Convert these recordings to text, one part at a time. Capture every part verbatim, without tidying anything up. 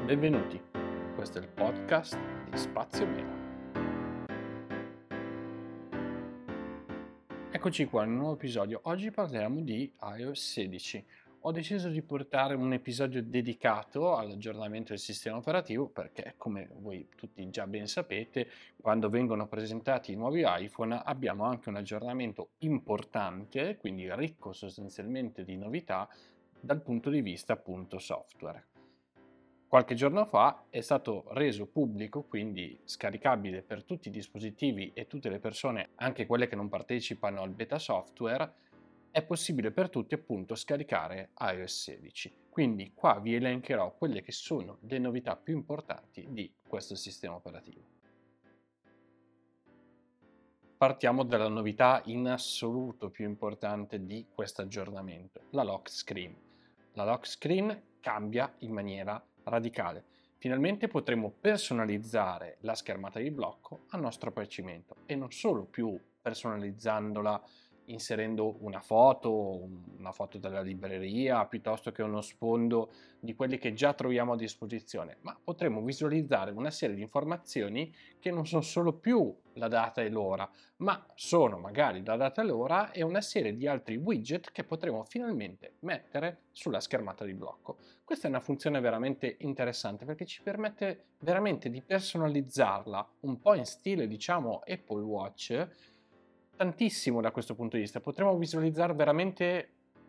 Benvenuti, questo è il podcast di Spazio Mela. Eccoci qua in un nuovo episodio. Oggi parliamo di i O S sedici. Ho deciso di portare un episodio dedicato all'aggiornamento del sistema operativo perché, come voi tutti già ben sapete, quando vengono presentati i nuovi iPhone abbiamo anche un aggiornamento importante, quindi ricco sostanzialmente di novità dal punto di vista appunto software. Qualche giorno fa è stato reso pubblico, quindi scaricabile per tutti i dispositivi e tutte le persone, anche quelle che non partecipano al beta software, è possibile per tutti appunto scaricare i O S sedici. Quindi qua vi elencherò quelle che sono le novità più importanti di questo sistema operativo. Partiamo dalla novità in assoluto più importante di questo aggiornamento, la lock screen. La lock screen cambia in maniera radicale. Finalmente potremo personalizzare la schermata di blocco a nostro piacimento e non solo più personalizzandola inserendo una foto, una foto della libreria, piuttosto che uno sfondo di quelli che già troviamo a disposizione, ma potremo visualizzare una serie di informazioni che non sono solo più la data e l'ora, ma sono magari la data e l'ora e una serie di altri widget che potremo finalmente mettere sulla schermata di blocco. Questa è una funzione veramente interessante perché ci permette veramente di personalizzarla un po' in stile, diciamo, Apple Watch, tantissimo da questo punto di vista. Potremo visualizzare veramente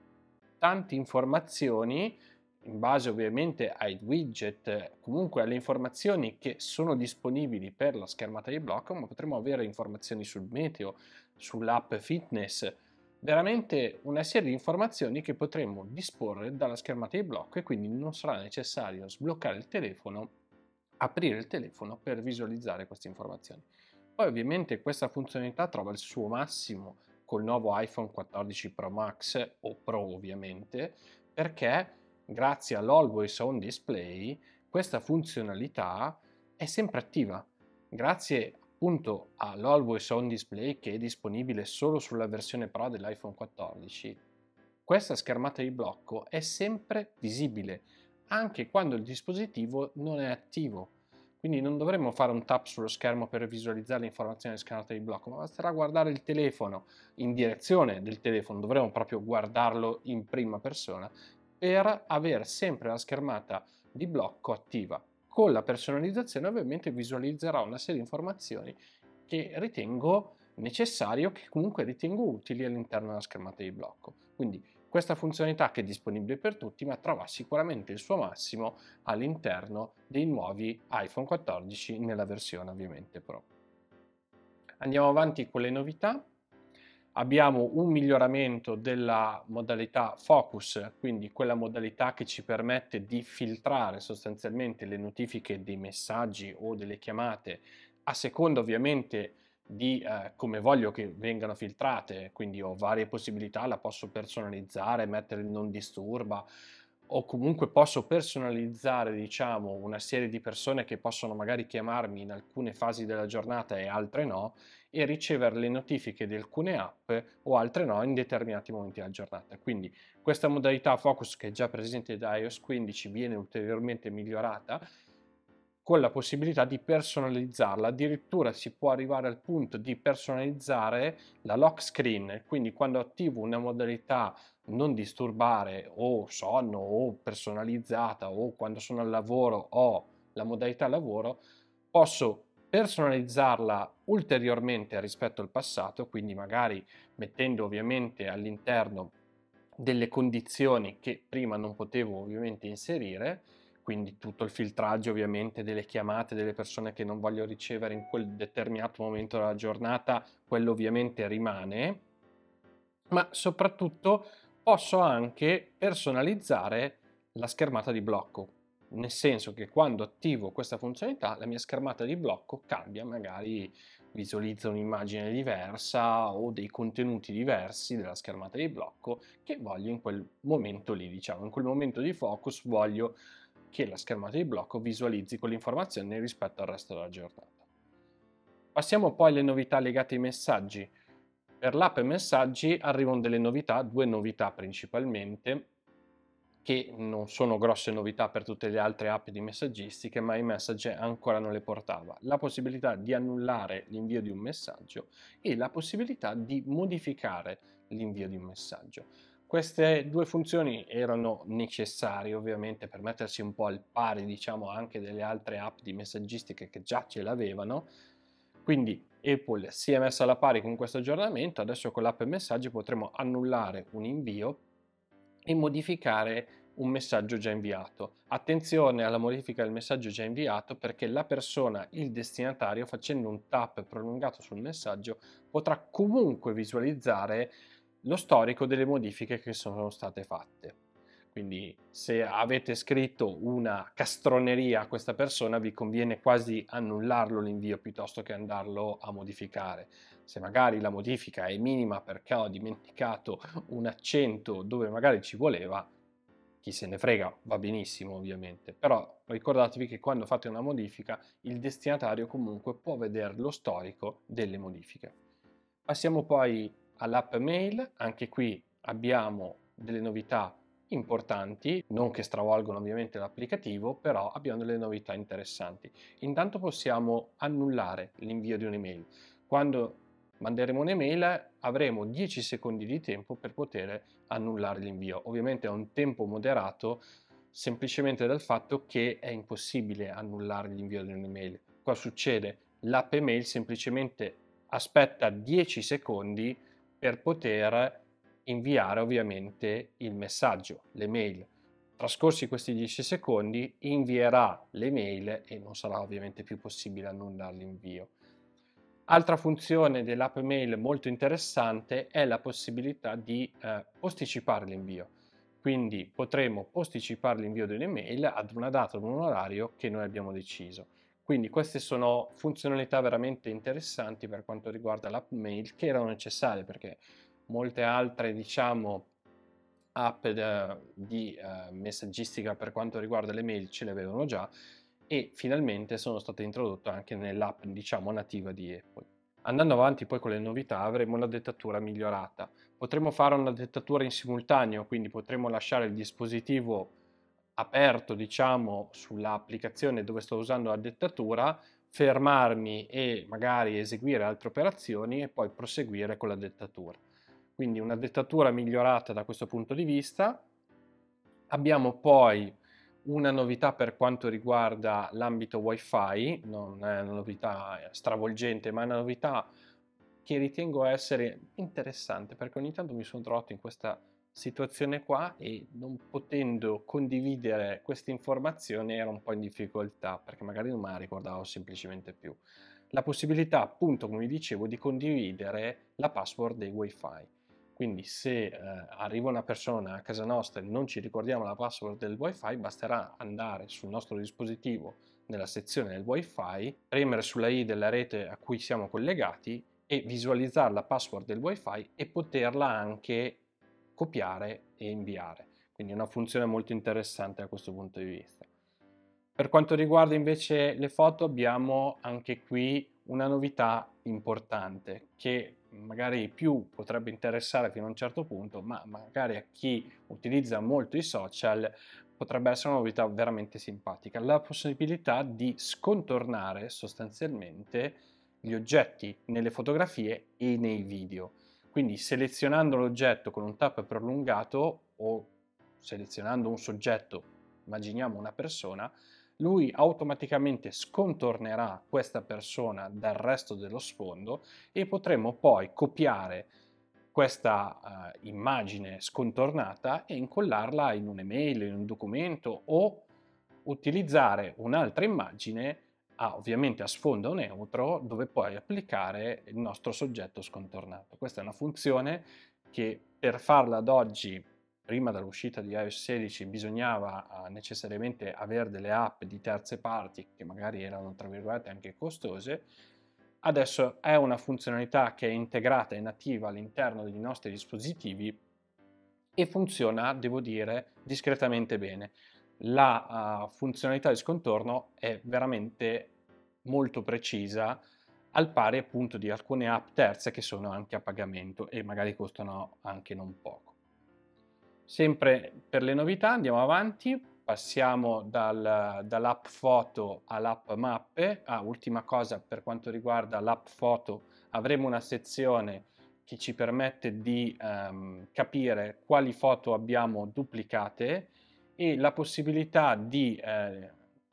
tante informazioni in base ovviamente ai widget, comunque alle informazioni che sono disponibili per la schermata di blocco, ma potremo avere informazioni sul meteo, sull'app fitness, veramente una serie di informazioni che potremo disporre dalla schermata di blocco e quindi non sarà necessario sbloccare il telefono, aprire il telefono per visualizzare queste informazioni. Poi ovviamente questa funzionalità trova il suo massimo col nuovo iPhone quattordici Pro Max o Pro ovviamente, perché grazie all'Always On Display questa funzionalità è sempre attiva. Grazie appunto all'Always On Display che è disponibile solo sulla versione Pro dell'iPhone quattordici, questa schermata di blocco è sempre visibile anche quando il dispositivo non è attivo. Quindi non dovremmo fare un tap sullo schermo per visualizzare l'informazione schermata di blocco, ma basterà guardare il telefono in direzione del telefono, dovremmo proprio guardarlo in prima persona per avere sempre la schermata di blocco attiva. Con la personalizzazione ovviamente visualizzerà una serie di informazioni che ritengo necessario, che comunque ritengo utili all'interno della schermata di blocco. Quindi questa funzionalità che è disponibile per tutti, ma trova sicuramente il suo massimo all'interno dei nuovi iPhone quattordici nella versione ovviamente Pro. Andiamo avanti con le novità. Abbiamo un miglioramento della modalità focus, quindi quella modalità che ci permette di filtrare sostanzialmente le notifiche dei messaggi o delle chiamate a seconda ovviamente di eh, come voglio che vengano filtrate, quindi ho varie possibilità, la posso personalizzare, mettere il non disturba o comunque posso personalizzare, diciamo, una serie di persone che possono magari chiamarmi in alcune fasi della giornata e altre no, e ricevere le notifiche di alcune app o altre no in determinati momenti della giornata. Quindi questa modalità focus che è già presente da iOS quindici viene ulteriormente migliorata con la possibilità di personalizzarla, addirittura si può arrivare al punto di personalizzare la lock screen, quindi quando attivo una modalità non disturbare o sonno o personalizzata o quando sono al lavoro ho la modalità lavoro, posso personalizzarla ulteriormente rispetto al passato, quindi magari mettendo ovviamente all'interno delle condizioni che prima non potevo ovviamente inserire, quindi tutto il filtraggio ovviamente delle chiamate delle persone che non voglio ricevere in quel determinato momento della giornata, quello ovviamente rimane, ma soprattutto posso anche personalizzare la schermata di blocco, nel senso che quando attivo questa funzionalità la mia schermata di blocco cambia, magari visualizza un'immagine diversa o dei contenuti diversi della schermata di blocco che voglio in quel momento lì, diciamo, in quel momento di focus voglio che la schermata di blocco visualizzi quelle informazioni rispetto al resto della giornata. Passiamo poi alle novità legate ai messaggi. Per l'app messaggi arrivano delle novità, due novità principalmente, che non sono grosse novità per tutte le altre app di messaggistica, ma iMessage ancora non le portava. La possibilità di annullare l'invio di un messaggio e la possibilità di modificare l'invio di un messaggio. Queste due funzioni erano necessarie ovviamente per mettersi un po' al pari, diciamo, anche delle altre app di messaggistica che già ce l'avevano. Quindi Apple si è messa alla pari con questo aggiornamento, adesso con l'app messaggi potremo annullare un invio e modificare un messaggio già inviato. Attenzione alla modifica del messaggio già inviato, perché la persona, il destinatario, facendo un tap prolungato sul messaggio, potrà comunque visualizzare lo storico delle modifiche che sono state fatte. Quindi se avete scritto una castroneria a questa persona, vi conviene quasi annullarlo l'invio piuttosto che andarlo a modificare. Se magari la modifica è minima perché ho dimenticato un accento dove magari ci voleva, chi se ne frega, va benissimo ovviamente, però ricordatevi che quando fate una modifica il destinatario comunque può vedere lo storico delle modifiche. Passiamo poi all'app mail, anche qui abbiamo delle novità importanti, non che stravolgono ovviamente l'applicativo, però abbiamo delle novità interessanti. Intanto possiamo annullare l'invio di un'email. Quando manderemo un'email avremo dieci secondi di tempo per poter annullare l'invio. Ovviamente è un tempo moderato, semplicemente dal fatto che è impossibile annullare l'invio di un'email. Cosa succede? L'app email semplicemente aspetta dieci secondi per poter inviare ovviamente il messaggio, l'email. Trascorsi questi dieci secondi invierà l'email e non sarà ovviamente più possibile annullare l'invio. Altra funzione dell'app mail molto interessante è la possibilità di eh, posticipare l'invio. Quindi potremo posticipare l'invio di un'email ad una data, ad un orario che noi abbiamo deciso. Quindi queste sono funzionalità veramente interessanti per quanto riguarda l'app mail, che erano necessarie perché molte altre, diciamo, app de, di eh, messaggistica per quanto riguarda le mail ce le avevano già, e finalmente sono state introdotte anche nell'app, diciamo, nativa di Apple. Andando avanti poi con le novità avremo una dettatura migliorata. Potremo fare una dettatura in simultaneo, quindi potremo lasciare il dispositivo aperto, diciamo, sull'applicazione dove sto usando la dettatura, fermarmi e magari eseguire altre operazioni e poi proseguire con la dettatura. Quindi una dettatura migliorata da questo punto di vista. Abbiamo poi una novità per quanto riguarda l'ambito Wi-Fi, non è una novità stravolgente, ma è una novità che ritengo essere interessante, perché ogni tanto mi sono trovato in questa situazione qua e non potendo condividere queste informazioni ero un po' in difficoltà, perché magari non me la ricordavo semplicemente più. La possibilità, appunto, come vi dicevo, di condividere la password dei Wi-Fi. Quindi se eh, arriva una persona a casa nostra e non ci ricordiamo la password del Wi-Fi, basterà andare sul nostro dispositivo nella sezione del Wi-Fi, premere sulla i della rete a cui siamo collegati e visualizzare la password del Wi-Fi e poterla anche copiare e inviare. Quindi è una funzione molto interessante da questo punto di vista. Per quanto riguarda invece le foto, abbiamo anche qui una novità importante che magari più potrebbe interessare fino a un certo punto, ma magari a chi utilizza molto i social potrebbe essere una novità veramente simpatica. La possibilità di scontornare sostanzialmente gli oggetti nelle fotografie e nei video. Quindi selezionando l'oggetto con un tap prolungato o selezionando un soggetto, immaginiamo una persona, lui automaticamente scontornerà questa persona dal resto dello sfondo e potremo poi copiare questa uh, immagine scontornata e incollarla in un'email, in un documento o utilizzare un'altra immagine a, ovviamente a sfondo neutro dove poi applicare il nostro soggetto scontornato. Questa è una funzione che per farla ad oggi, prima dell'uscita di iOS sedici, bisognava uh, necessariamente avere delle app di terze parti che magari erano tra virgolette anche costose. Adesso è una funzionalità che è integrata e nativa all'interno dei nostri dispositivi e funziona, devo dire, discretamente bene. La uh, funzionalità di scontorno è veramente molto precisa, al pari appunto di alcune app terze che sono anche a pagamento e magari costano anche non poco. Sempre per le novità andiamo avanti, passiamo dal dall'app foto all'app mappe. Ah, ultima cosa per quanto riguarda l'app foto, avremo una sezione che ci permette di, ehm, capire quali foto abbiamo duplicate e la possibilità di ehm,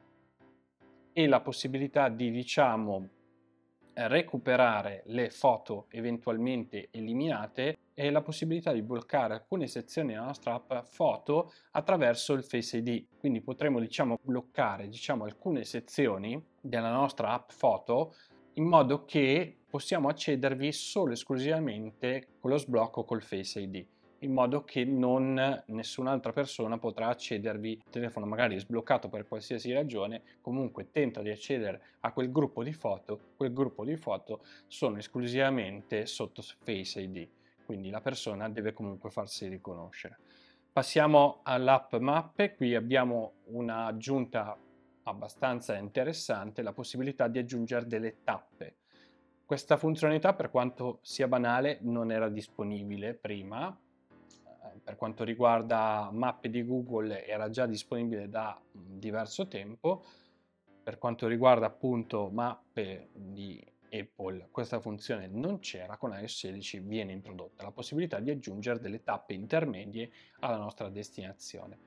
e la possibilità di, diciamo, eh, recuperare le foto eventualmente eliminate e la possibilità di bloccare alcune sezioni della nostra app foto attraverso il Face I D. Quindi potremo, diciamo, bloccare, diciamo, alcune sezioni della nostra app foto in modo che possiamo accedervi solo e esclusivamente con lo sblocco col Face I D, in modo che non nessun'altra persona potrà accedervi. Il telefono magari è sbloccato per qualsiasi ragione, comunque tenta di accedere a quel gruppo di foto, quel gruppo di foto sono esclusivamente sotto Face I D, quindi la persona deve comunque farsi riconoscere. Passiamo all'app mappe, qui abbiamo un'aggiunta abbastanza interessante, la possibilità di aggiungere delle tappe. Questa funzionalità, per quanto sia banale, non era disponibile prima. Per quanto riguarda mappe di Google era già disponibile da diverso tempo. Per quanto riguarda appunto mappe di Apple, questa funzione non c'era, con iOS sedici viene introdotta la possibilità di aggiungere delle tappe intermedie alla nostra destinazione.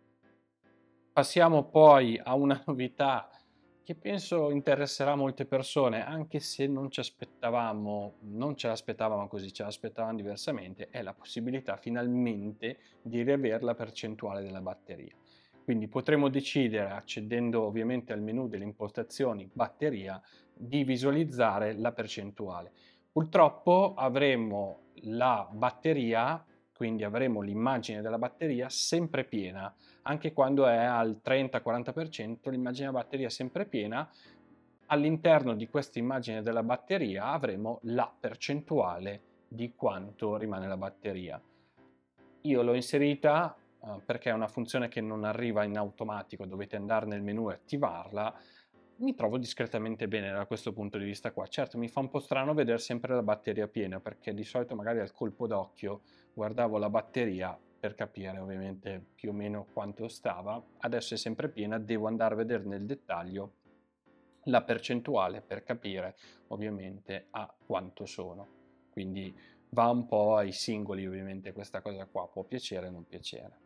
Passiamo poi a una novità che penso interesserà molte persone, anche se non ci aspettavamo, non ce l'aspettavamo così, ce l'aspettavamo diversamente, è la possibilità finalmente di riavere la percentuale della batteria. Quindi potremo decidere, accedendo ovviamente al menu delle impostazioni batteria, di visualizzare la percentuale. Purtroppo avremo la batteria, quindi avremo l'immagine della batteria sempre piena, anche quando è al trenta quaranta per cento, l'immagine della batteria è sempre piena. All'interno di questa immagine della batteria avremo la percentuale di quanto rimane la batteria. Io l'ho inserita eh, perché è una funzione che non arriva in automatico, dovete andare nel menu e attivarla. Mi trovo discretamente bene da questo punto di vista qua. Certo, mi fa un po' strano vedere sempre la batteria piena, perché di solito magari al colpo d'occhio guardavo la batteria per capire ovviamente più o meno quanto stava. Adesso è sempre piena, devo andare a vedere nel dettaglio la percentuale per capire ovviamente a quanto sono. Quindi va un po' ai singoli, ovviamente questa cosa qua può piacere o non piacere.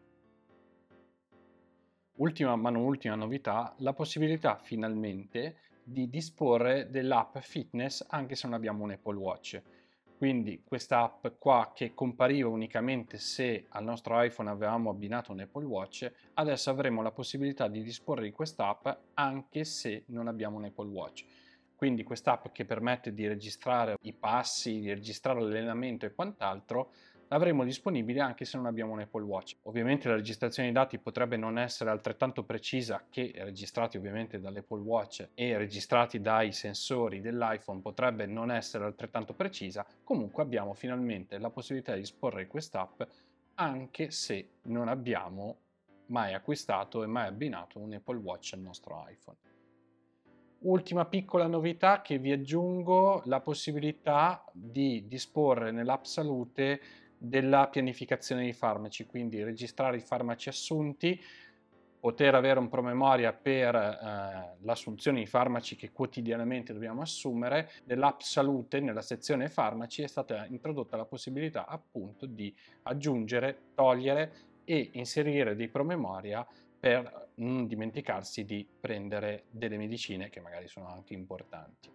Ultima ma non ultima novità, la possibilità finalmente di disporre dell'app fitness anche se non abbiamo un Apple Watch. Quindi questa app qua, che compariva unicamente se al nostro iPhone avevamo abbinato un Apple Watch, adesso avremo la possibilità di disporre di questa app anche se non abbiamo un Apple Watch. Quindi questa app che permette di registrare i passi, di registrare l'allenamento e quant'altro, l'avremo disponibile anche se non abbiamo un Apple Watch. Ovviamente la registrazione dei dati potrebbe non essere altrettanto precisa che registrati ovviamente dall'Apple Watch e registrati dai sensori dell'iPhone potrebbe non essere altrettanto precisa, comunque abbiamo finalmente la possibilità di disporre quest'app anche se non abbiamo mai acquistato e mai abbinato un Apple Watch al nostro iPhone. Ultima piccola novità che vi aggiungo, la possibilità di disporre nell'app Salute della pianificazione dei farmaci, quindi registrare i farmaci assunti, poter avere un promemoria per eh, l'assunzione di farmaci che quotidianamente dobbiamo assumere. Nell'app Salute, nella sezione farmaci, è stata introdotta la possibilità appunto di aggiungere, togliere e inserire dei promemoria per non dimenticarsi di prendere delle medicine che magari sono anche importanti.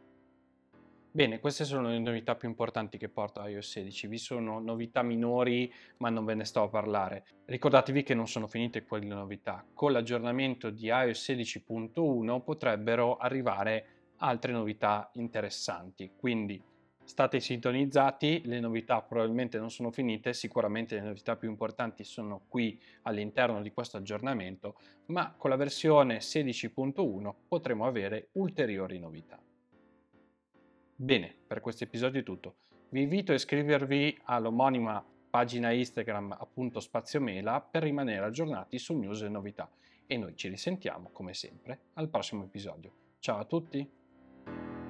Bene, queste sono le novità più importanti che porta iOS sedici. Vi sono novità minori, ma non ve ne sto a parlare. Ricordatevi che non sono finite quelle novità. Con l'aggiornamento di iOS sedici punto uno potrebbero arrivare altre novità interessanti, quindi state sintonizzati, le novità probabilmente non sono finite, sicuramente le novità più importanti sono qui all'interno di questo aggiornamento, ma con la versione sedici punto uno potremo avere ulteriori novità. Bene, per questo episodio è tutto. Vi invito a iscrivervi all'omonima pagina Instagram, appunto Spazio Mela, per rimanere aggiornati su news e novità. E noi ci risentiamo, come sempre, al prossimo episodio. Ciao a tutti!